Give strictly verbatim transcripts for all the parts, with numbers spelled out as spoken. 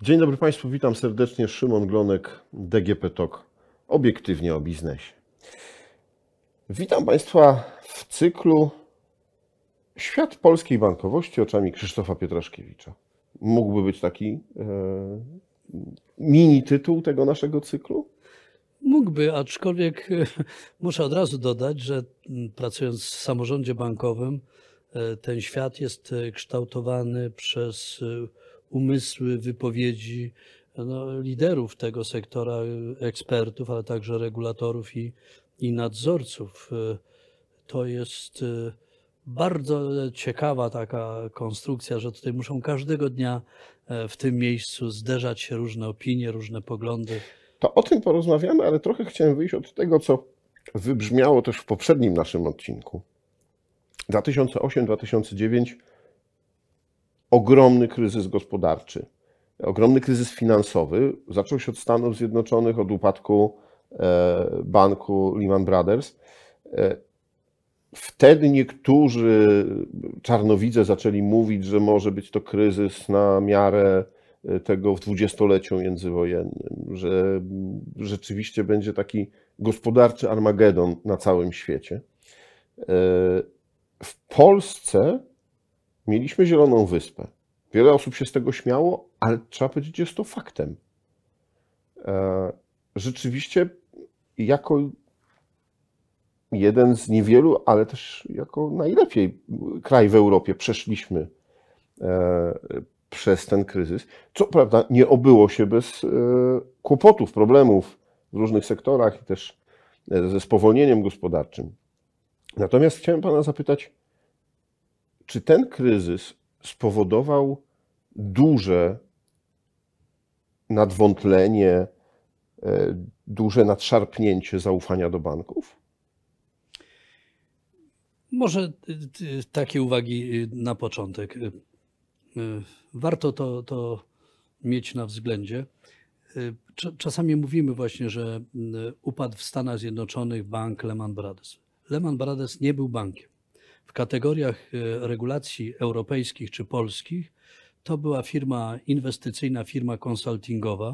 Dzień dobry Państwu, witam serdecznie. Szymon Glonek, D G P Talk, obiektywnie o biznesie. Witam Państwa w cyklu Świat polskiej bankowości oczami Krzysztofa Pietraszkiewicza. Mógłby być taki e, mini tytuł tego naszego cyklu? Mógłby, aczkolwiek muszę od razu dodać, że pracując w samorządzie bankowym, ten świat jest kształtowany przez umysły, wypowiedzi no, liderów tego sektora, ekspertów, ale także regulatorów i, i nadzorców. To jest bardzo ciekawa taka konstrukcja, że tutaj muszą każdego dnia w tym miejscu zderzać się różne opinie, różne poglądy. To o tym porozmawiamy, ale trochę chciałem wyjść od tego, co wybrzmiało też w poprzednim naszym odcinku. dwa tysiące osiem dwa tysiące dziewięć ogromny kryzys gospodarczy, ogromny kryzys finansowy. Zaczął się od Stanów Zjednoczonych, od upadku banku Lehman Brothers. Wtedy niektórzy czarnowidze zaczęli mówić, że może być to kryzys na miarę tego w dwudziestoleciu międzywojennym, że rzeczywiście będzie taki gospodarczy Armagedon na całym świecie. W Polsce mieliśmy Zieloną Wyspę. Wiele osób się z tego śmiało, ale trzeba powiedzieć, że jest to faktem. Rzeczywiście jako jeden z niewielu, ale też jako najlepiej kraj w Europie przeszliśmy przez ten kryzys. Co prawda nie obyło się bez kłopotów, problemów w różnych sektorach i też ze spowolnieniem gospodarczym. Natomiast chciałem Pana zapytać, czy ten kryzys spowodował duże nadwątlenie, duże nadszarpnięcie zaufania do banków? Może takie uwagi na początek. Warto to, to mieć na względzie. Czasami mówimy właśnie, że upadł w Stanach Zjednoczonych bank Lehman Brothers. Lehman Brothers nie był bankiem. W kategoriach regulacji europejskich czy polskich to była firma inwestycyjna, firma konsultingowa,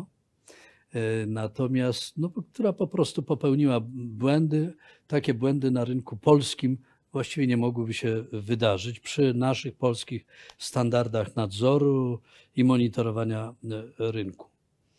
natomiast no, która po prostu popełniła błędy. Takie błędy na rynku polskim właściwie nie mogłyby się wydarzyć przy naszych polskich standardach nadzoru i monitorowania rynku.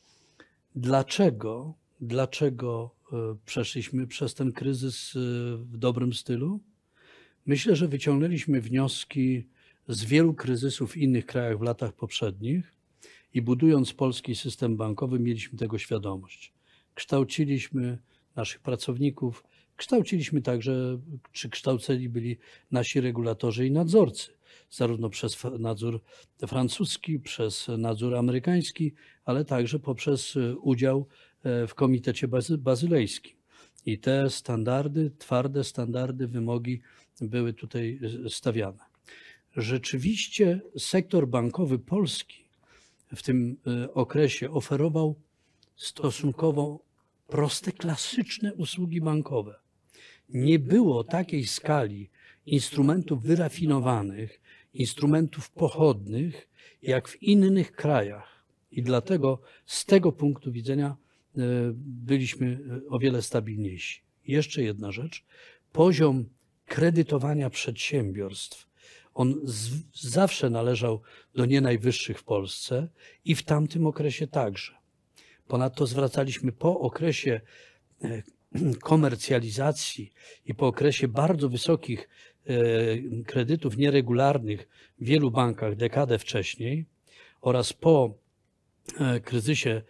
Dlaczego, dlaczego przeszliśmy przez ten kryzys w dobrym stylu? Myślę, że wyciągnęliśmy wnioski z wielu kryzysów w innych krajach w latach poprzednich i budując polski system bankowy mieliśmy tego świadomość. Kształciliśmy naszych pracowników, kształciliśmy także, czy kształceni byli nasi regulatorzy i nadzorcy, zarówno przez nadzór francuski, przez nadzór amerykański, ale także poprzez udział w Komitecie Bazylejskim. I te standardy, twarde standardy, wymogi były tutaj stawiane. Rzeczywiście sektor bankowy polski w tym okresie oferował stosunkowo proste, klasyczne usługi bankowe. Nie było takiej skali instrumentów wyrafinowanych, instrumentów pochodnych, jak w innych krajach. I dlatego z tego punktu widzenia byliśmy o wiele stabilniejsi. Jeszcze jedna rzecz. Poziom kredytowania przedsiębiorstw, on z, zawsze należał do nie najwyższych w Polsce i w tamtym okresie także. Ponadto zwracaliśmy po okresie komercjalizacji i po okresie bardzo wysokich kredytów nieregularnych w wielu bankach dekadę wcześniej oraz po kryzysie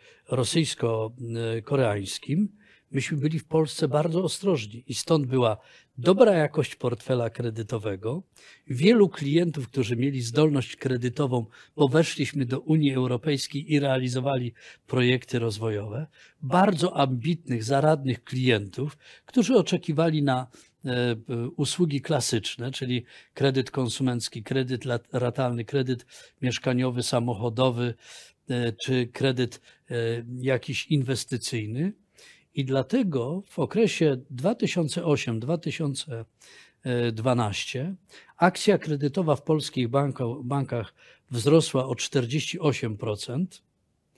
rosyjsko-koreańskim, myśmy byli w Polsce bardzo ostrożni i stąd była dobra jakość portfela kredytowego, wielu klientów, którzy mieli zdolność kredytową, bo weszliśmy do Unii Europejskiej i realizowali projekty rozwojowe, bardzo ambitnych, zaradnych klientów, którzy oczekiwali na usługi klasyczne, czyli kredyt konsumencki, kredyt ratalny, kredyt mieszkaniowy, samochodowy, czy kredyt jakiś inwestycyjny. I dlatego w okresie dwa tysiące ósmym do dwa tysiące dwunastego akcja kredytowa w polskich bankach, bankach wzrosła o czterdzieści osiem procent,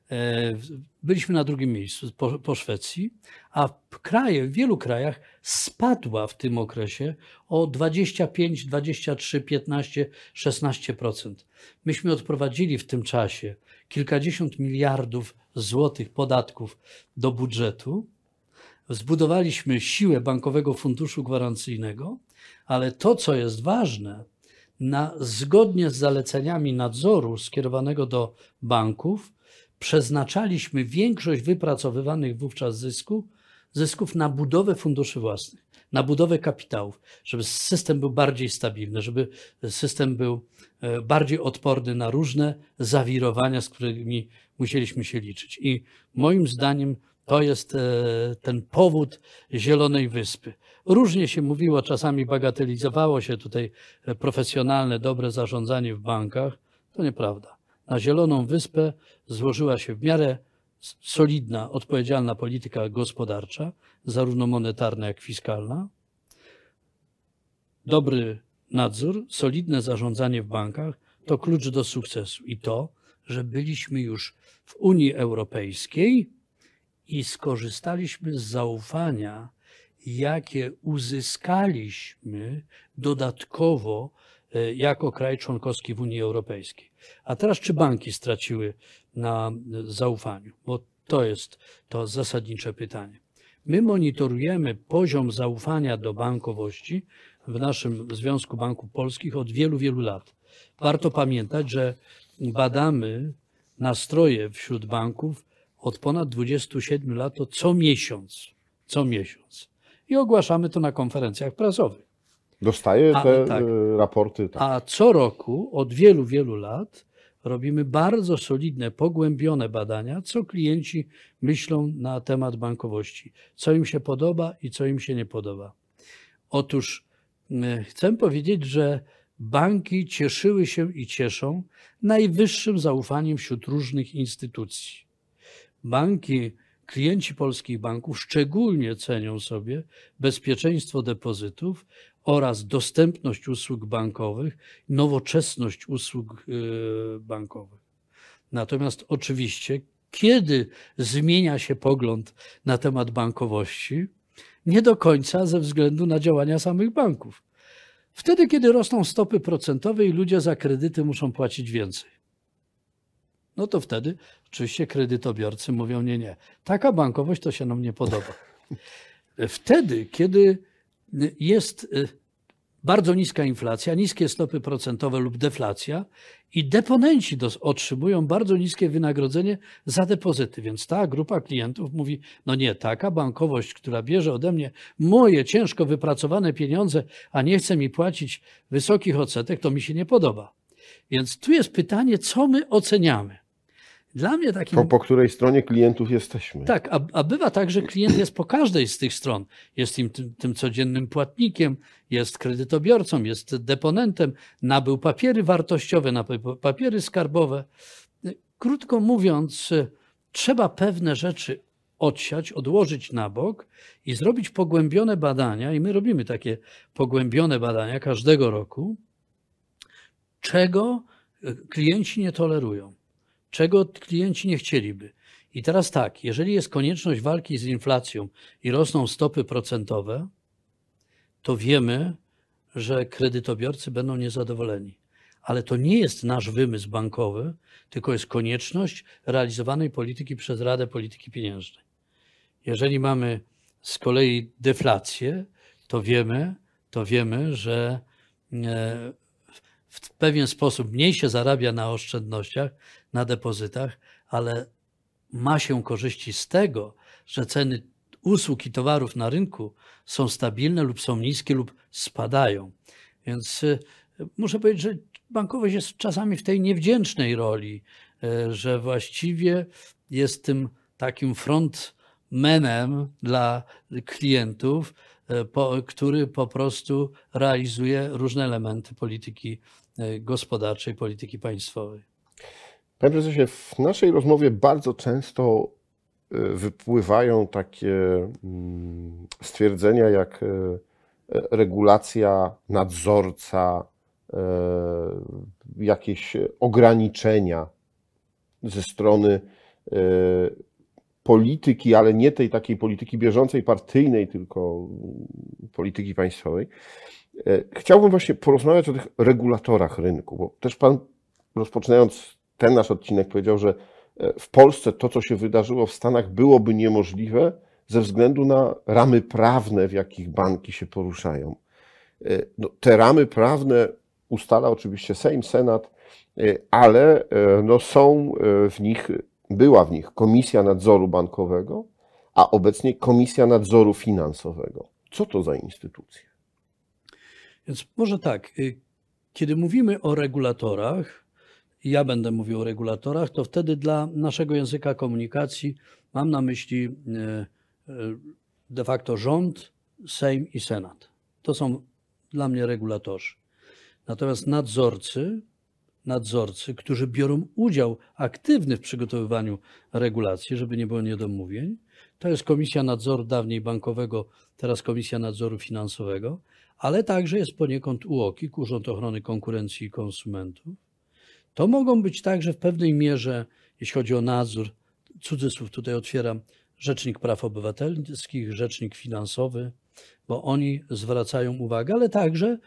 Byliśmy na drugim miejscu po, po Szwecji, a w, kraje, w wielu krajach spadła w tym okresie o dwadzieścia pięć, dwadzieścia trzy, piętnaście, szesnaście procent. Myśmy odprowadzili w tym czasie kilkadziesiąt miliardów złotych podatków do budżetu. Zbudowaliśmy siłę Bankowego Funduszu Gwarancyjnego, ale to, co jest ważne, na, zgodnie z zaleceniami nadzoru skierowanego do banków, przeznaczaliśmy większość wypracowywanych wówczas zysków, zysków na budowę funduszy własnych, na budowę kapitałów, żeby system był bardziej stabilny, żeby system był bardziej odporny na różne zawirowania, z którymi musieliśmy się liczyć. I moim zdaniem to jest ten powód Zielonej Wyspy. Różnie się mówiło, czasami bagatelizowało się tutaj profesjonalne, dobre zarządzanie w bankach. To nieprawda. Na Zieloną Wyspę złożyła się w miarę solidna, odpowiedzialna polityka gospodarcza, zarówno monetarna, jak i fiskalna, dobry nadzór, solidne zarządzanie w bankach to klucz do sukcesu. I to, że byliśmy już w Unii Europejskiej i skorzystaliśmy z zaufania, jakie uzyskaliśmy dodatkowo jako kraj członkowski w Unii Europejskiej. A teraz czy banki straciły na zaufaniu? Bo to jest to zasadnicze pytanie. My monitorujemy poziom zaufania do bankowości w naszym Związku Banków Polskich od wielu, wielu lat. Warto pamiętać, że badamy nastroje wśród banków od ponad dwudziestu siedmiu lat, to co miesiąc, co miesiąc. I ogłaszamy to na konferencjach prasowych. Dostaje te A, tak. raporty? Tak. A co roku, od wielu, wielu lat robimy bardzo solidne, pogłębione badania, co klienci myślą na temat bankowości, co im się podoba i co im się nie podoba. Otóż chcę powiedzieć, że banki cieszyły się i cieszą najwyższym zaufaniem wśród różnych instytucji. Banki, klienci polskich banków szczególnie cenią sobie bezpieczeństwo depozytów oraz dostępność usług bankowych, nowoczesność usług bankowych. Natomiast oczywiście, kiedy zmienia się pogląd na temat bankowości, nie do końca ze względu na działania samych banków. Wtedy, kiedy rosną stopy procentowe i ludzie za kredyty muszą płacić więcej. No to wtedy oczywiście kredytobiorcy mówią, nie, nie, taka bankowość to się nam nie podoba. Wtedy, kiedy jest bardzo niska inflacja, niskie stopy procentowe lub deflacja i deponenci dos- otrzymują bardzo niskie wynagrodzenie za depozyty, więc ta grupa klientów mówi, no nie, taka bankowość, która bierze ode mnie moje ciężko wypracowane pieniądze, a nie chce mi płacić wysokich odsetek, to mi się nie podoba. Więc tu jest pytanie, co my oceniamy. Dla mnie takim... Po, po której stronie klientów jesteśmy. Tak, a, a bywa tak, że klient jest po każdej z tych stron. Jest im tym, tym codziennym płatnikiem, jest kredytobiorcą, jest deponentem, nabył papiery wartościowe, nabył papiery skarbowe. Krótko mówiąc, trzeba pewne rzeczy odsiać, odłożyć na bok i zrobić pogłębione badania, i my robimy takie pogłębione badania każdego roku, czego klienci nie tolerują. Czego klienci nie chcieliby. I teraz tak, jeżeli jest konieczność walki z inflacją i rosną stopy procentowe, to wiemy, że kredytobiorcy będą niezadowoleni. Ale to nie jest nasz wymysł bankowy, tylko jest konieczność realizowanej polityki przez Radę Polityki Pieniężnej. Jeżeli mamy z kolei deflację, to wiemy, to wiemy, że w pewien sposób mniej się zarabia na oszczędnościach, na depozytach, ale ma się korzyści z tego, że ceny usług i towarów na rynku są stabilne lub są niskie lub spadają. Więc muszę powiedzieć, że bankowość jest czasami w tej niewdzięcznej roli, że właściwie jest tym takim frontmanem dla klientów, po, który po prostu realizuje różne elementy polityki gospodarczej, polityki państwowej. Panie prezesie, w naszej rozmowie bardzo często wypływają takie stwierdzenia jak regulacja, nadzorca, jakieś ograniczenia ze strony polityki, ale nie tej takiej polityki bieżącej, partyjnej, tylko polityki państwowej. Chciałbym właśnie porozmawiać o tych regulatorach rynku, bo też Pan, rozpoczynając ten nasz odcinek, powiedział, że w Polsce to, co się wydarzyło w Stanach, byłoby niemożliwe ze względu na ramy prawne, w jakich banki się poruszają. No, te ramy prawne ustala oczywiście Sejm, Senat, ale no, są w nich, była w nich Komisja Nadzoru Bankowego, a obecnie Komisja Nadzoru Finansowego. Co to za instytucje? Więc może tak, kiedy mówimy o regulatorach, ja będę mówił o regulatorach, to wtedy dla naszego języka komunikacji mam na myśli de facto rząd, Sejm i Senat. To są dla mnie regulatorzy. Natomiast nadzorcy, nadzorcy, którzy biorą udział aktywny w przygotowywaniu regulacji, żeby nie było niedomówień, to jest Komisja Nadzoru dawniej bankowego, teraz Komisja Nadzoru Finansowego, ale także jest poniekąd U O K I K, Urząd Ochrony Konkurencji i Konsumentów. To mogą być także w pewnej mierze, jeśli chodzi o nadzór, cudzysłów tutaj otwieram, Rzecznik Praw Obywatelskich, Rzecznik Finansowy, bo oni zwracają uwagę, ale także,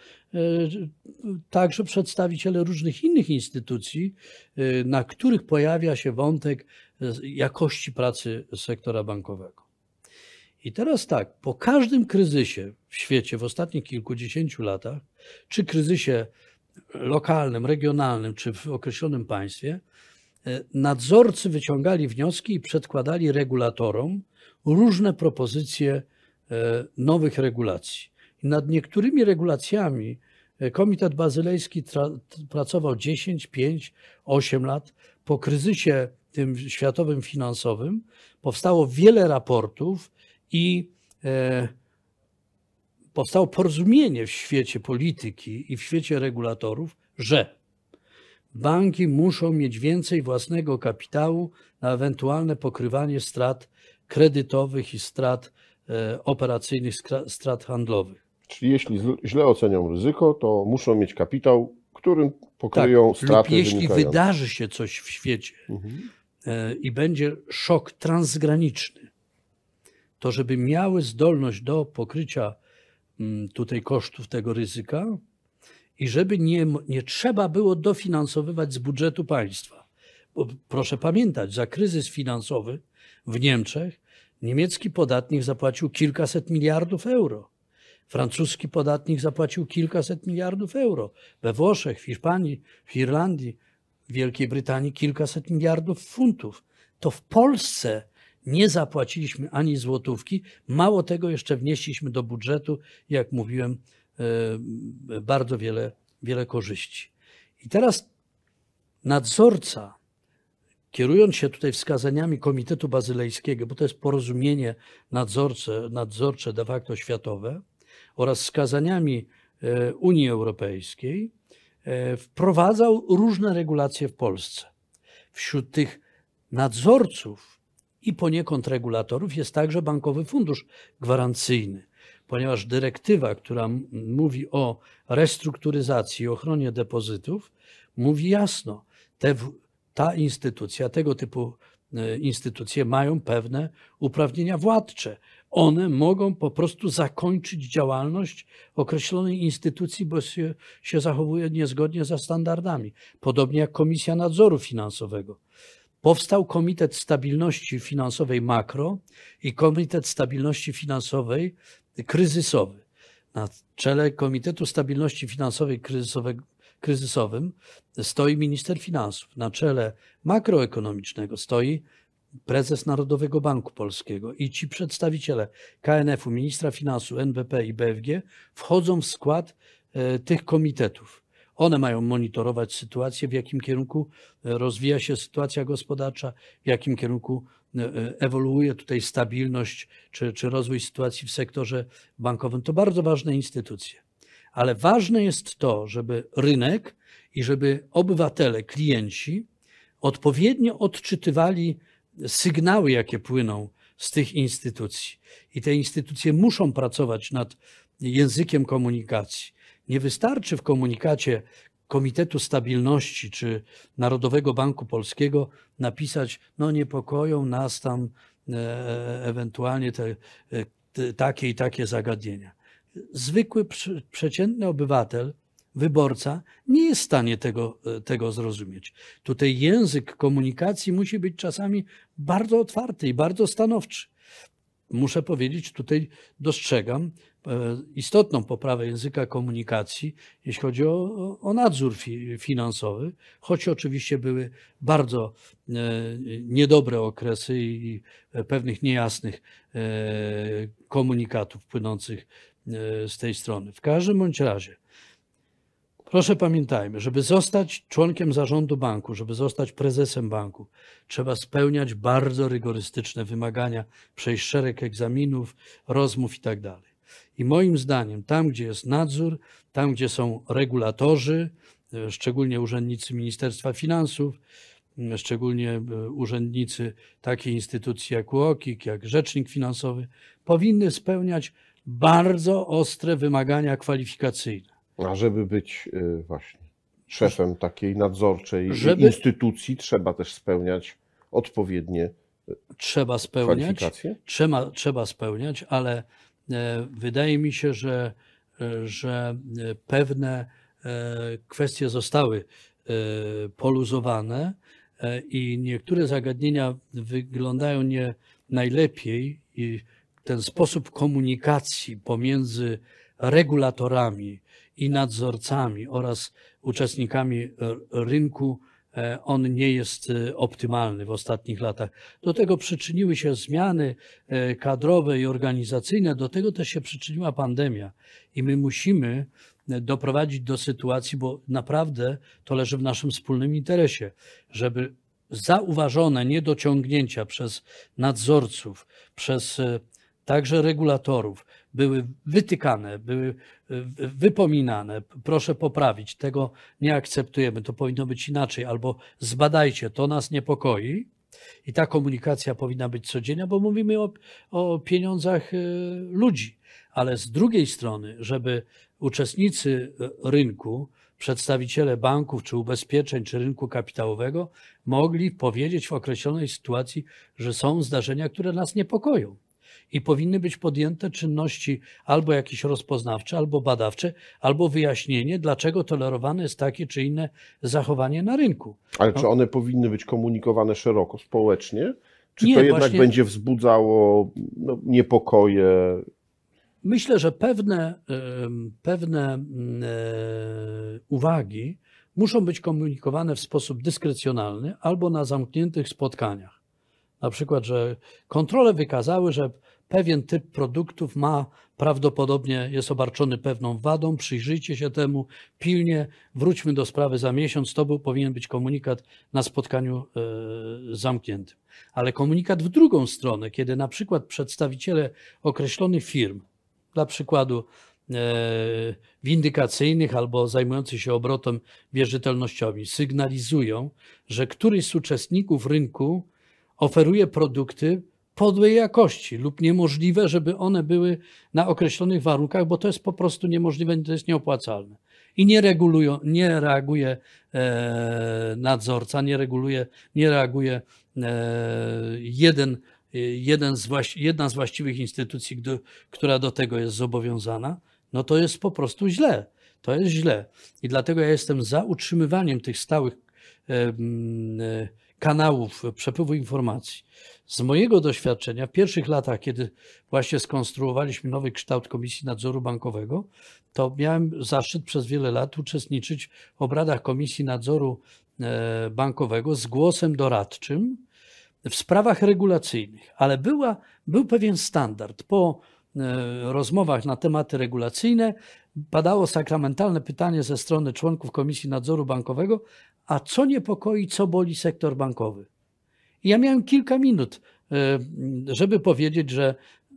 także przedstawiciele różnych innych instytucji, na których pojawia się wątek jakości pracy sektora bankowego. I teraz tak, po każdym kryzysie w świecie w ostatnich kilkudziesięciu latach, czy kryzysie lokalnym, regionalnym, czy w określonym państwie, nadzorcy wyciągali wnioski i przedkładali regulatorom różne propozycje nowych regulacji. I nad niektórymi regulacjami Komitet Bazylejski tra- pracował dziesięć, pięć, osiem lat. Po kryzysie tym światowym finansowym powstało wiele raportów i e, powstało porozumienie w świecie polityki i w świecie regulatorów, że banki muszą mieć więcej własnego kapitału na ewentualne pokrywanie strat kredytowych i strat e, operacyjnych, strat handlowych. Czyli jeśli źle ocenią ryzyko, to muszą mieć kapitał, którym pokryją tak, straty lub jeśli wynikające. wydarzy się coś w świecie mhm. e, i będzie szok transgraniczny, to żeby miały zdolność do pokrycia m, tutaj kosztów tego ryzyka i żeby nie, nie trzeba było dofinansowywać z budżetu państwa. Bo proszę pamiętać, za kryzys finansowy w Niemczech niemiecki podatnik zapłacił kilkaset miliardów euro. Francuski podatnik zapłacił kilkaset miliardów euro. We Włoszech, w Hiszpanii, w Irlandii, w Wielkiej Brytanii kilkaset miliardów funtów. To w Polsce nie zapłaciliśmy ani złotówki. Mało tego, jeszcze wnieśliśmy do budżetu, jak mówiłem, bardzo wiele, wiele korzyści. I teraz nadzorca, kierując się tutaj wskazaniami Komitetu Bazylejskiego, bo to jest porozumienie nadzorcze, nadzorcze de facto światowe, oraz wskazaniami Unii Europejskiej, wprowadzał różne regulacje w Polsce. Wśród tych nadzorców i poniekąd regulatorów jest także Bankowy Fundusz Gwarancyjny, ponieważ dyrektywa, która mówi o restrukturyzacji i ochronie depozytów, mówi jasno, te, ta instytucja, tego typu instytucje mają pewne uprawnienia władcze. One mogą po prostu zakończyć działalność określonej instytucji, bo się, się zachowuje niezgodnie ze standardami. Podobnie jak Komisja Nadzoru Finansowego. Powstał Komitet Stabilności Finansowej Makro i Komitet Stabilności Finansowej Kryzysowy. Na czele Komitetu Stabilności Finansowej Kryzysowym stoi minister finansów. Na czele makroekonomicznego stoi prezes Narodowego Banku Polskiego i ci przedstawiciele K N F u, ministra finansów, N B P i B F G wchodzą w skład e, tych komitetów. One mają monitorować sytuację, w jakim kierunku rozwija się sytuacja gospodarcza, w jakim kierunku ewoluuje tutaj stabilność czy, czy rozwój sytuacji w sektorze bankowym. To bardzo ważne instytucje. Ale ważne jest to, żeby rynek i żeby obywatele, klienci odpowiednio odczytywali sygnały, jakie płyną z tych instytucji. I te instytucje muszą pracować nad językiem komunikacji. Nie wystarczy w komunikacie Komitetu Stabilności czy Narodowego Banku Polskiego napisać, no niepokoją nas tam e, ewentualnie te, te, takie i takie zagadnienia. Zwykły, przy, przeciętny obywatel, wyborca nie jest w stanie tego, tego zrozumieć. Tutaj język komunikacji musi być czasami bardzo otwarty i bardzo stanowczy. Muszę powiedzieć, tutaj dostrzegam istotną poprawę języka komunikacji, jeśli chodzi o, o nadzór fi, finansowy, choć oczywiście były bardzo e, niedobre okresy i pewnych niejasnych e, komunikatów płynących e, z tej strony. W każdym bądź razie, proszę pamiętajmy, żeby zostać członkiem zarządu banku, żeby zostać prezesem banku, trzeba spełniać bardzo rygorystyczne wymagania, przejść szereg egzaminów, rozmów i tak dalej. I moim zdaniem tam, gdzie jest nadzór, tam, gdzie są regulatorzy, szczególnie urzędnicy Ministerstwa Finansów, szczególnie urzędnicy takiej instytucji jak U O K I K, jak Rzecznik Finansowy, powinny spełniać bardzo ostre wymagania kwalifikacyjne. A żeby być y, właśnie szefem takiej nadzorczej Żeby- instytucji, trzeba też spełniać odpowiednie Trzeba spełniać, kwalifikacje? trzeba, trzeba spełniać, ale e, wydaje mi się, że, e, że e, pewne e, kwestie zostały e, poluzowane e, i niektóre zagadnienia wyglądają nie najlepiej i ten sposób komunikacji pomiędzy regulatorami i nadzorcami oraz uczestnikami r- rynku, e, on nie jest e, optymalny w ostatnich latach. Do tego przyczyniły się zmiany e, kadrowe i organizacyjne, do tego też się przyczyniła pandemia i my musimy e, doprowadzić do sytuacji, bo naprawdę to leży w naszym wspólnym interesie, żeby zauważone niedociągnięcia przez nadzorców, przez e, także regulatorów były wytykane, były e, wypominane. Proszę poprawić, tego nie akceptujemy, to powinno być inaczej, albo zbadajcie, to nas niepokoi. I ta komunikacja powinna być codzienna, bo mówimy o, o pieniądzach e, ludzi. Ale z drugiej strony, żeby uczestnicy e, rynku, przedstawiciele banków, czy ubezpieczeń, czy rynku kapitałowego mogli powiedzieć w określonej sytuacji, że są zdarzenia, które nas niepokoją. I powinny być podjęte czynności albo jakieś rozpoznawcze, albo badawcze, albo wyjaśnienie, dlaczego tolerowane jest takie czy inne zachowanie na rynku. Ale czy one powinny być komunikowane szeroko, społecznie? Czy Nie, to jednak właśnie- będzie wzbudzało no, niepokoje? Myślę, że pewne, em, pewne mm, e, uwagi muszą być komunikowane w sposób dyskrecjonalny albo na zamkniętych spotkaniach. Na przykład, że kontrole wykazały, że pewien typ produktów ma prawdopodobnie, jest obarczony pewną wadą, przyjrzyjcie się temu pilnie, wróćmy do sprawy za miesiąc. To był, powinien być komunikat na spotkaniu e, zamkniętym. Ale komunikat w drugą stronę, kiedy na przykład przedstawiciele określonych firm, dla przykładu e, windykacyjnych albo zajmujących się obrotem wierzytelnościowym, sygnalizują, że któryś z uczestników rynku oferuje produkty podłej jakości lub niemożliwe, żeby one były na określonych warunkach, bo to jest po prostu niemożliwe, to jest nieopłacalne. I nie regulują, nie reaguje e, nadzorca, nie reguluje, nie reaguje e, jeden, jeden z właści- jedna z właściwych instytucji, gdy, która do tego jest zobowiązana, no to jest po prostu źle. To jest źle. I dlatego ja jestem za utrzymywaniem tych stałych e, e, kanałów przepływu informacji. Z mojego doświadczenia w pierwszych latach, kiedy właśnie skonstruowaliśmy nowy kształt Komisji Nadzoru Bankowego, to miałem zaszczyt przez wiele lat uczestniczyć w obradach Komisji Nadzoru e, Bankowego z głosem doradczym w sprawach regulacyjnych, ale była, był pewien standard. Po e, rozmowach na tematy regulacyjne padało sakramentalne pytanie ze strony członków Komisji Nadzoru Bankowego, a co niepokoi, co boli sektor bankowy? I ja miałem kilka minut, e, żeby powiedzieć, że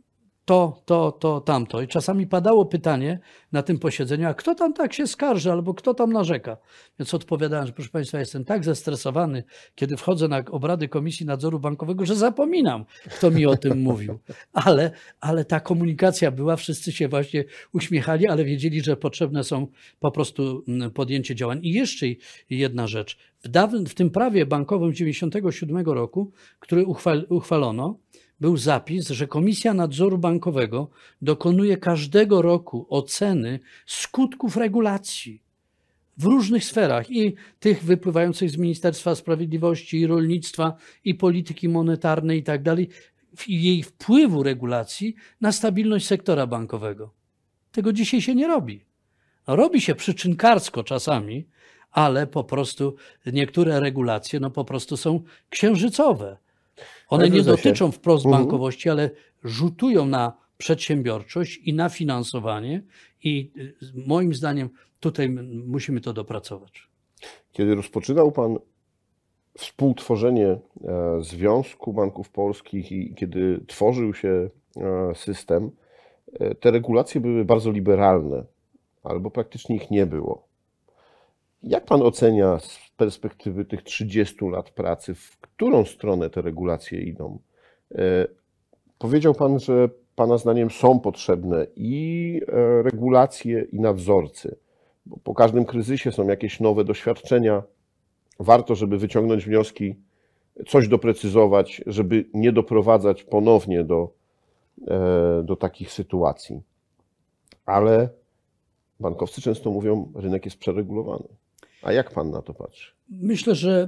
to, to, to, tamto. I czasami padało pytanie na tym posiedzeniu, a kto tam tak się skarży, albo kto tam narzeka. Więc odpowiadałem, że proszę Państwa, jestem tak zestresowany, kiedy wchodzę na obrady Komisji Nadzoru Bankowego, że zapominam, kto mi o tym mówił. Ale, ale ta komunikacja była, wszyscy się właśnie uśmiechali, ale wiedzieli, że potrzebne są po prostu podjęcie działań. I jeszcze jedna rzecz. W, dawnym, w tym prawie bankowym z dziewięćdziesiątego siódmego roku, który uchwal, uchwalono, był zapis, że Komisja Nadzoru Bankowego dokonuje każdego roku oceny skutków regulacji w różnych sferach i tych wypływających z Ministerstwa Sprawiedliwości, i rolnictwa, i polityki monetarnej i tak dalej, i jej wpływu regulacji na stabilność sektora bankowego. Tego dzisiaj się nie robi. No, robi się przyczynkarsko czasami, ale po prostu niektóre regulacje no, po prostu są księżycowe. One nie dotyczą wprost bankowości, ale rzutują na przedsiębiorczość i na finansowanie i moim zdaniem tutaj musimy to dopracować. Kiedy rozpoczynał Pan współtworzenie Związku Banków Polskich i kiedy tworzył się system, te regulacje były bardzo liberalne, albo praktycznie ich nie było. Jak Pan ocenia z perspektywy tych trzydziestu lat pracy, w którą stronę te regulacje idą? Powiedział Pan, że Pana zdaniem są potrzebne i regulacje, i nadzorcy. Bo po każdym kryzysie są jakieś nowe doświadczenia. Warto, żeby wyciągnąć wnioski, coś doprecyzować, żeby nie doprowadzać ponownie do, do takich sytuacji. Ale bankowcy często mówią, rynek jest przeregulowany. A jak Pan na to patrzy? Myślę, że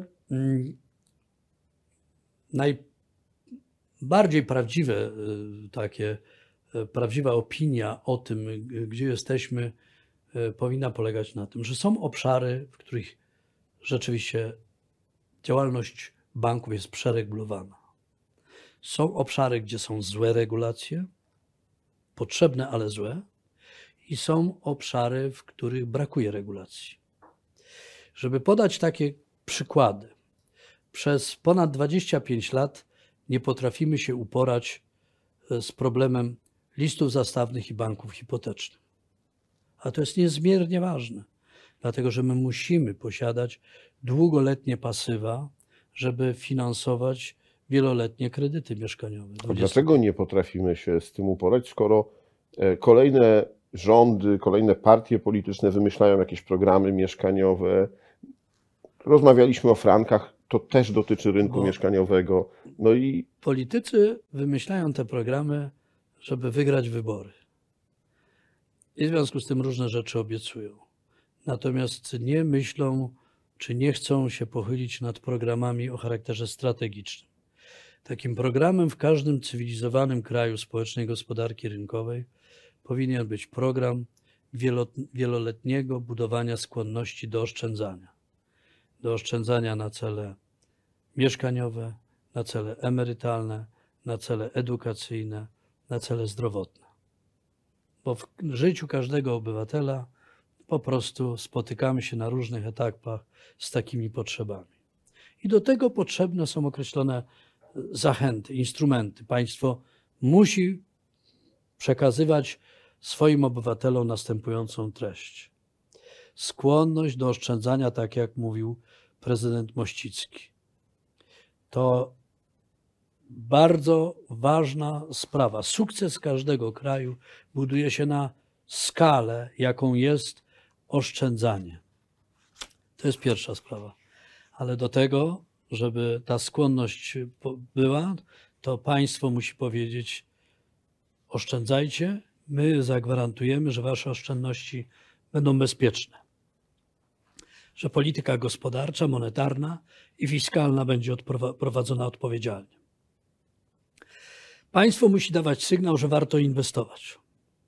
najbardziej prawdziwe takie, prawdziwa opinia o tym, gdzie jesteśmy, powinna polegać na tym, że są obszary, w których rzeczywiście działalność banków jest przeregulowana. Są obszary, gdzie są złe regulacje, potrzebne, ale złe, i są obszary, w których brakuje regulacji. Żeby podać takie przykłady, przez ponad dwadzieścia pięć lat nie potrafimy się uporać z problemem listów zastawnych i banków hipotecznych. A to jest niezmiernie ważne, dlatego że my musimy posiadać długoletnie pasywa, żeby finansować wieloletnie kredyty mieszkaniowe. A dlaczego nie potrafimy się z tym uporać, skoro kolejne rządy, kolejne partie polityczne wymyślają jakieś programy mieszkaniowe? Rozmawialiśmy o frankach, to też dotyczy rynku Bo mieszkaniowego. No i politycy wymyślają te programy, żeby wygrać wybory. I w związku z tym różne rzeczy obiecują. Natomiast nie myślą, czy nie chcą się pochylić nad programami o charakterze strategicznym. Takim programem w każdym cywilizowanym kraju społecznej gospodarki rynkowej powinien być program wieloletniego budowania skłonności do oszczędzania. Do oszczędzania na cele mieszkaniowe, na cele emerytalne, na cele edukacyjne, na cele zdrowotne. Bo w życiu każdego obywatela po prostu spotykamy się na różnych etapach z takimi potrzebami. I do tego potrzebne są określone zachęty, instrumenty. Państwo musi przekazywać swoim obywatelom następującą treść. Skłonność do oszczędzania, tak jak mówił prezydent Mościcki. To bardzo ważna sprawa. Sukces każdego kraju buduje się na skalę, jaką jest oszczędzanie. To jest pierwsza sprawa. Ale do tego, żeby ta skłonność była, to państwo musi powiedzieć: oszczędzajcie, my zagwarantujemy, że wasze oszczędności będą bezpieczne. Że polityka gospodarcza, monetarna i fiskalna będzie prowadzona odpowiedzialnie. Państwo musi dawać sygnał, że warto inwestować.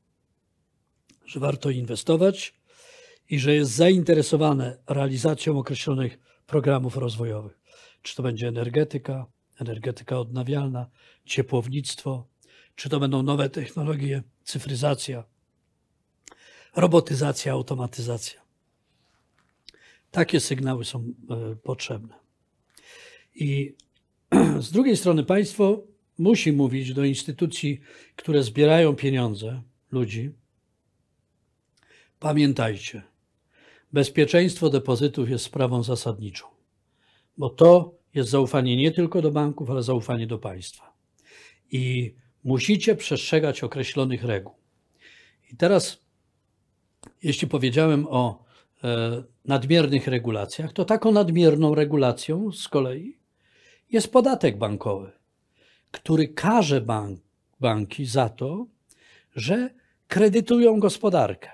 Że warto inwestować i że jest zainteresowane realizacją określonych programów rozwojowych. Czy to będzie energetyka, energetyka odnawialna, ciepłownictwo, czy to będą nowe technologie, cyfryzacja, robotyzacja, automatyzacja. Takie sygnały są potrzebne. I z drugiej strony państwo musi mówić do instytucji, które zbierają pieniądze ludzi: pamiętajcie, bezpieczeństwo depozytów jest sprawą zasadniczą, bo to jest zaufanie nie tylko do banków, ale zaufanie do państwa. I musicie przestrzegać określonych reguł. I teraz, jeśli powiedziałem o e, nadmiernych regulacjach, to taką nadmierną regulacją z kolei jest podatek bankowy, który karze bank, banki za to, że kredytują gospodarkę.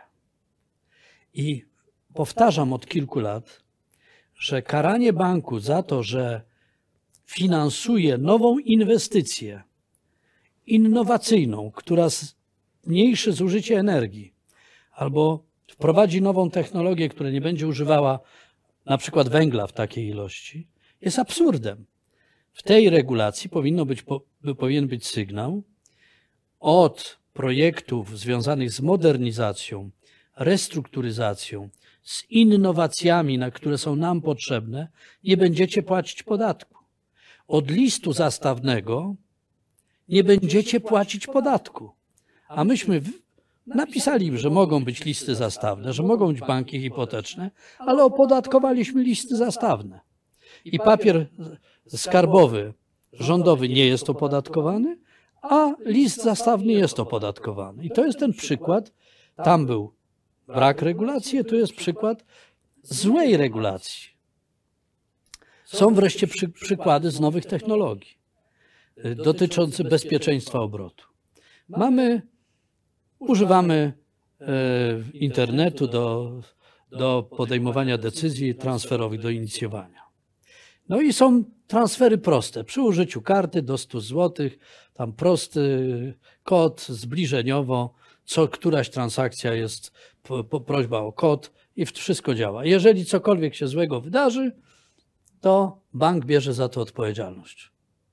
I powtarzam od kilku lat, że karanie banku za to, że finansuje nową inwestycję innowacyjną, która zmniejszy zużycie energii albo wprowadzi nową technologię, która nie będzie używała na przykład węgla w takiej ilości, jest absurdem. W tej regulacji powinno być, powinien być sygnał od projektów związanych z modernizacją, restrukturyzacją, z innowacjami, na które są nam potrzebne, nie będziecie płacić podatku. Od listu zastawnego nie będziecie płacić podatku. A myśmy napisali, że mogą być listy zastawne, że mogą być banki hipoteczne, ale opodatkowaliśmy listy zastawne. I papier skarbowy, rządowy nie jest opodatkowany, a list zastawny jest opodatkowany. I to jest ten przykład. Tam był brak regulacji, tu jest przykład złej regulacji. Są wreszcie przy, przykłady z nowych technologii dotyczące bezpieczeństwa obrotu. Mamy, używamy e, internetu do, do podejmowania decyzji transferowych, do inicjowania. No i są transfery proste. Przy użyciu karty do stu złotych, tam prosty kod, zbliżeniowo, co któraś transakcja jest po, po, prośba o kod i wszystko działa. Jeżeli cokolwiek się złego wydarzy, to bank bierze za to odpowiedzialność.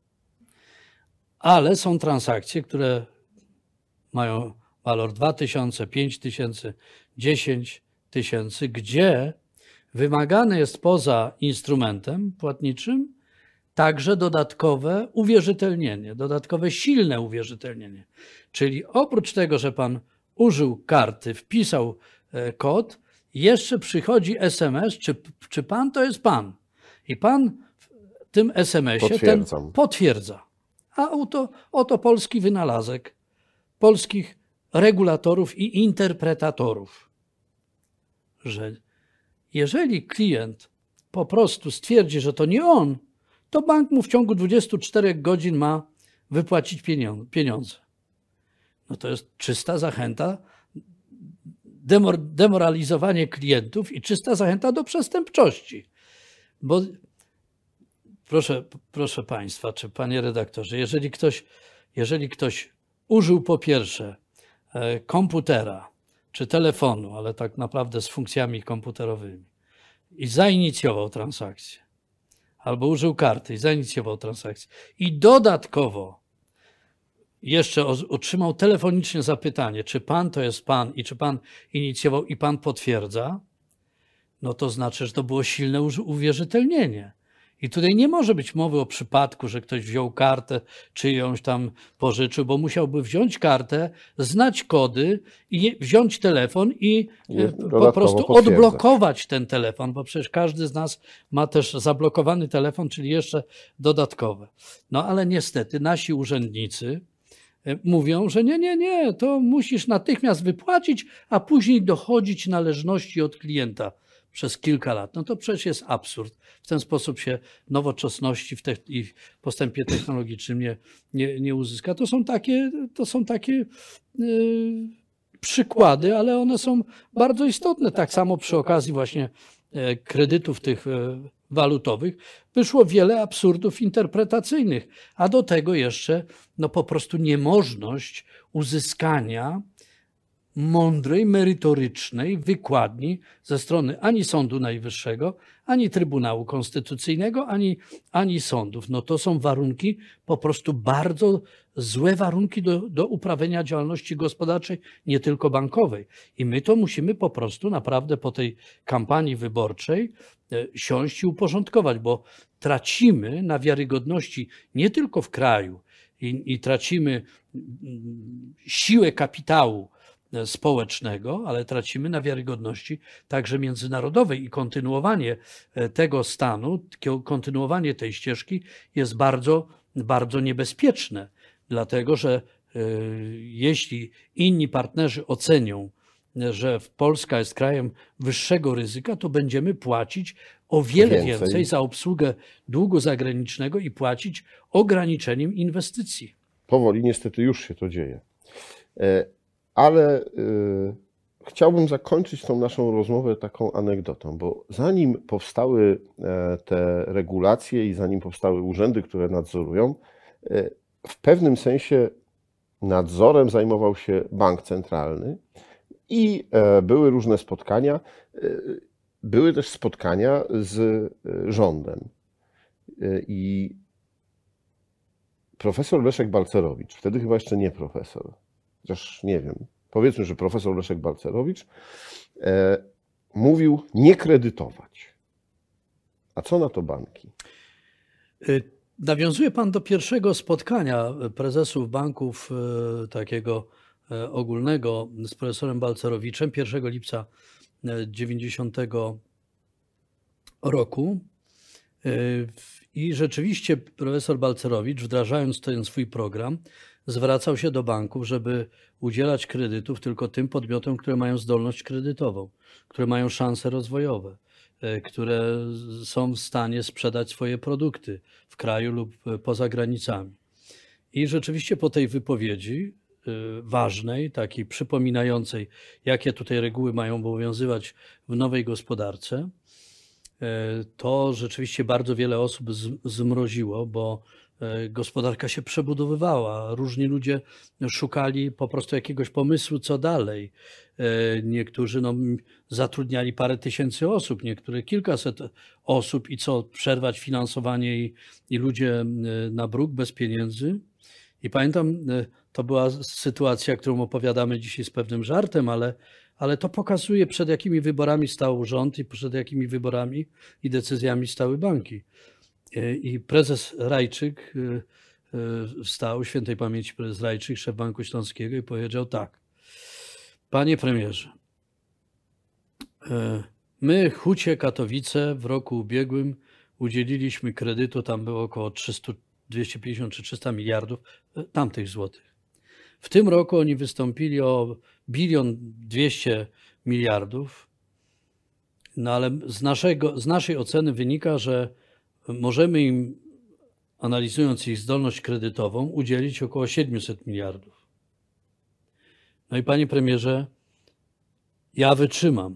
Ale są transakcje, które mają walor dwa tysiące, pięć tysięcy, dziesięć tysięcy, gdzie wymagane jest poza instrumentem płatniczym także dodatkowe uwierzytelnienie, dodatkowe silne uwierzytelnienie. Czyli oprócz tego, że pan użył karty, wpisał kod, jeszcze przychodzi es em es, czy, czy pan to jest pan. I pan w tym es em esie ten potwierdza. A oto, oto polski wynalazek polskich regulatorów i interpretatorów, że jeżeli klient po prostu stwierdzi, że to nie on, to bank mu w ciągu dwudziestu czterech godzin ma wypłacić pieniądze. No to jest czysta zachęta, demoralizowanie klientów i czysta zachęta do przestępczości. Bo proszę, proszę państwa, czy panie redaktorze, jeżeli ktoś, jeżeli ktoś użył po pierwsze komputera czy telefonu, ale tak naprawdę z funkcjami komputerowymi i zainicjował transakcję, albo użył karty i zainicjował transakcję i dodatkowo jeszcze otrzymał telefonicznie zapytanie, czy pan to jest pan i czy pan inicjował i pan potwierdza, no to znaczy, że to było silne uwierzytelnienie. I tutaj nie może być mowy o przypadku, że ktoś wziął kartę, czyjąś tam pożyczył, bo musiałby wziąć kartę, znać kody i wziąć telefon i po prostu odblokować ten telefon, bo przecież każdy z nas ma też zablokowany telefon, czyli jeszcze dodatkowe. No ale niestety nasi urzędnicy mówią, że nie, nie, nie, to musisz natychmiast wypłacić, a później dochodzić należności od klienta przez kilka lat. No to przecież jest absurd. W ten sposób się nowoczesności w, i w postępie technologicznym nie, nie, nie uzyska. To są takie, to są takie yy, przykłady, ale one są bardzo istotne. Tak samo przy okazji właśnie yy, kredytów tych yy, walutowych wyszło wiele absurdów interpretacyjnych, a do tego jeszcze no po prostu niemożność uzyskania mądrej, merytorycznej wykładni ze strony ani Sądu Najwyższego, ani Trybunału Konstytucyjnego, ani, ani sądów. No to są warunki, po prostu bardzo złe warunki do, do uprawiania działalności gospodarczej, nie tylko bankowej. I my to musimy po prostu naprawdę po tej kampanii wyborczej e, siąść i uporządkować, bo tracimy na wiarygodności nie tylko w kraju, i, i tracimy mm, siłę kapitału społecznego, ale tracimy na wiarygodności także międzynarodowej i kontynuowanie tego stanu, kontynuowanie tej ścieżki jest bardzo, bardzo niebezpieczne, dlatego że jeśli inni partnerzy ocenią, że Polska jest krajem wyższego ryzyka, to będziemy płacić o wiele Więcej. więcej za obsługę długu zagranicznego i płacić ograniczeniem inwestycji. Powoli niestety już się to dzieje. E, Ale y, chciałbym zakończyć tą naszą rozmowę taką anegdotą, bo zanim powstały e, te regulacje i zanim powstały urzędy, które nadzorują, e, w pewnym sensie nadzorem zajmował się bank centralny i e, były różne spotkania. E, były też spotkania z e, rządem. E, I profesor Leszek Balcerowicz, wtedy chyba jeszcze nie profesor, chociaż nie wiem, powiedzmy, że profesor Leszek Balcerowicz e, mówił nie kredytować. A co na to banki? Nawiązuje pan do pierwszego spotkania prezesów banków e, takiego e, ogólnego z profesorem Balcerowiczem pierwszego lipca dziewięćdziesiątego roku. E, I rzeczywiście profesor Balcerowicz, wdrażając ten swój program, zwracał się do banków, żeby udzielać kredytów tylko tym podmiotom, które mają zdolność kredytową, które mają szanse rozwojowe, które są w stanie sprzedać swoje produkty w kraju lub poza granicami. I rzeczywiście po tej wypowiedzi ważnej, takiej przypominającej, jakie tutaj reguły mają obowiązywać w nowej gospodarce, to rzeczywiście bardzo wiele osób zmroziło, bo gospodarka się przebudowywała. Różni ludzie szukali po prostu jakiegoś pomysłu, co dalej. Niektórzy no, zatrudniali parę tysięcy osób, niektóre kilkaset osób i co, przerwać finansowanie i, i ludzie na bruk bez pieniędzy. I pamiętam, to była sytuacja, którą opowiadamy dzisiaj z pewnym żartem, ale, ale to pokazuje, przed jakimi wyborami stał rząd i przed jakimi wyborami i decyzjami stały banki. I prezes Rajczyk wstał, świętej pamięci prezes Rajczyk, szef Banku Śląskiego, i powiedział tak: panie premierze, my Hucie Katowice w roku ubiegłym udzieliliśmy kredytu, tam było około trzysta, dwieście pięćdziesiąt czy trzysta miliardów tamtych złotych. W tym roku oni wystąpili o bilion dwieście miliardów, no ale z, naszego, z naszej oceny wynika, że możemy im, analizując ich zdolność kredytową, udzielić około siedemset miliardów. No i panie premierze, ja wytrzymam,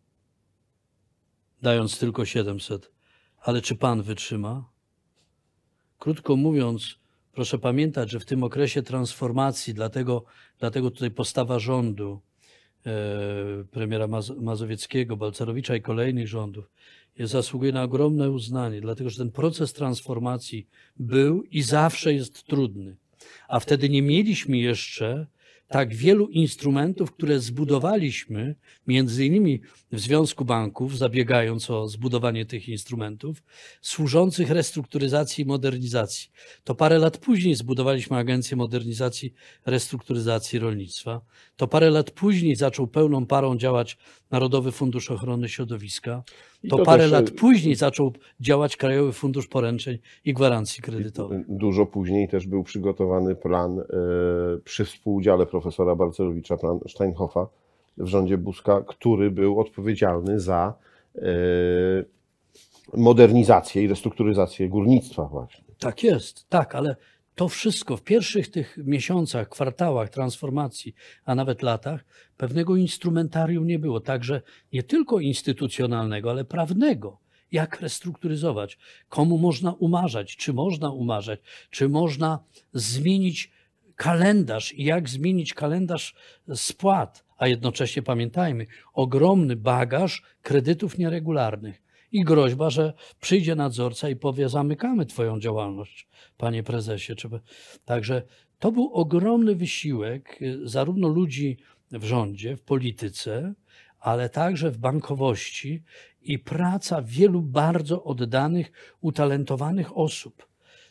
dając tylko siedemset, ale czy pan wytrzyma? Krótko mówiąc, proszę pamiętać, że w tym okresie transformacji, dlatego, dlatego tutaj postawa rządu, e, premiera Maz- Mazowieckiego, Balcerowicza i kolejnych rządów, jest, zasługuje na ogromne uznanie, dlatego że ten proces transformacji był i zawsze jest trudny. A wtedy nie mieliśmy jeszcze tak wielu instrumentów, które zbudowaliśmy, między innymi w Związku Banków, zabiegając o zbudowanie tych instrumentów, służących restrukturyzacji i modernizacji. To parę lat później zbudowaliśmy Agencję Modernizacji i Restrukturyzacji Rolnictwa. To parę lat później zaczął pełną parą działać Narodowy Fundusz Ochrony Środowiska. To, to parę też, lat później zaczął działać Krajowy Fundusz Poręczeń i Gwarancji Kredytowych. Dużo później też był przygotowany plan e, przy współudziale profesora Balcerowicza, plan Steinhoffa w rządzie Buzka, który był odpowiedzialny za e, modernizację i restrukturyzację górnictwa właśnie. Tak jest, tak, ale to wszystko w pierwszych tych miesiącach, kwartałach transformacji, a nawet latach, pewnego instrumentarium nie było, także nie tylko instytucjonalnego, ale prawnego. Jak restrukturyzować, komu można umarzać, czy można umarzać, czy można zmienić kalendarz i jak zmienić kalendarz spłat, a jednocześnie pamiętajmy, ogromny bagaż kredytów nieregularnych i groźba, że przyjdzie nadzorca i powie: zamykamy twoją działalność, panie prezesie. Także to był ogromny wysiłek zarówno ludzi w rządzie, w polityce, ale także w bankowości i praca wielu bardzo oddanych, utalentowanych osób.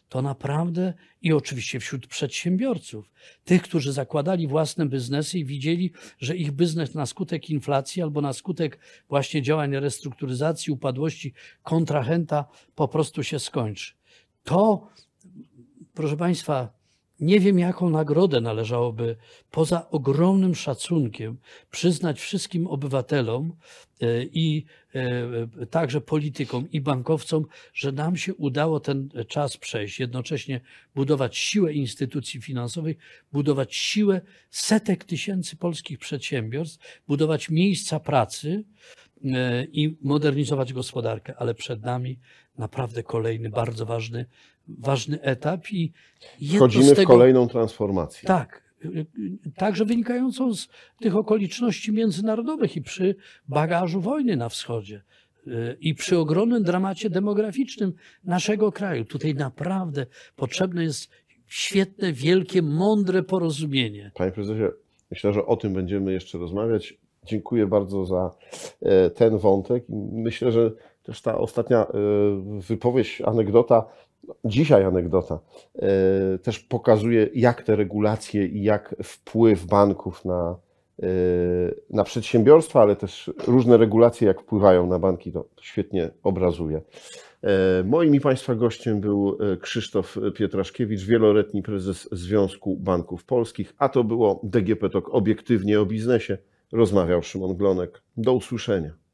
to naprawdę i oczywiście wśród przedsiębiorców, tych, którzy zakładali własne biznesy i widzieli, że ich biznes na skutek inflacji albo na skutek właśnie działań restrukturyzacji, upadłości kontrahenta po prostu się skończy. To, proszę Państwa, nie wiem, jaką nagrodę należałoby poza ogromnym szacunkiem przyznać wszystkim obywatelom i także politykom i bankowcom, że nam się udało ten czas przejść. Jednocześnie budować siłę instytucji finansowych, budować siłę setek tysięcy polskich przedsiębiorstw, budować miejsca pracy i modernizować gospodarkę. Ale przed nami naprawdę kolejny bardzo ważny, ważny etap. I Wchodzimy z tego, w kolejną transformację. Tak, także wynikającą z tych okoliczności międzynarodowych i przy bagażu wojny na wschodzie i przy ogromnym dramacie demograficznym naszego kraju. Tutaj naprawdę potrzebne jest świetne, wielkie, mądre porozumienie. Panie prezesie, myślę, że o tym będziemy jeszcze rozmawiać. Dziękuję bardzo za ten wątek. Myślę, że też ta ostatnia wypowiedź, anegdota, dzisiaj anegdota, też pokazuje, jak te regulacje i jak wpływ banków na, na przedsiębiorstwa, ale też różne regulacje, jak wpływają na banki, to świetnie obrazuje. Moim i Państwa gościem był Krzysztof Pietraszkiewicz, wieloletni prezes Związku Banków Polskich, a to było D G P Talk obiektywnie o biznesie. Rozmawiał Szymon Glonek. Do usłyszenia.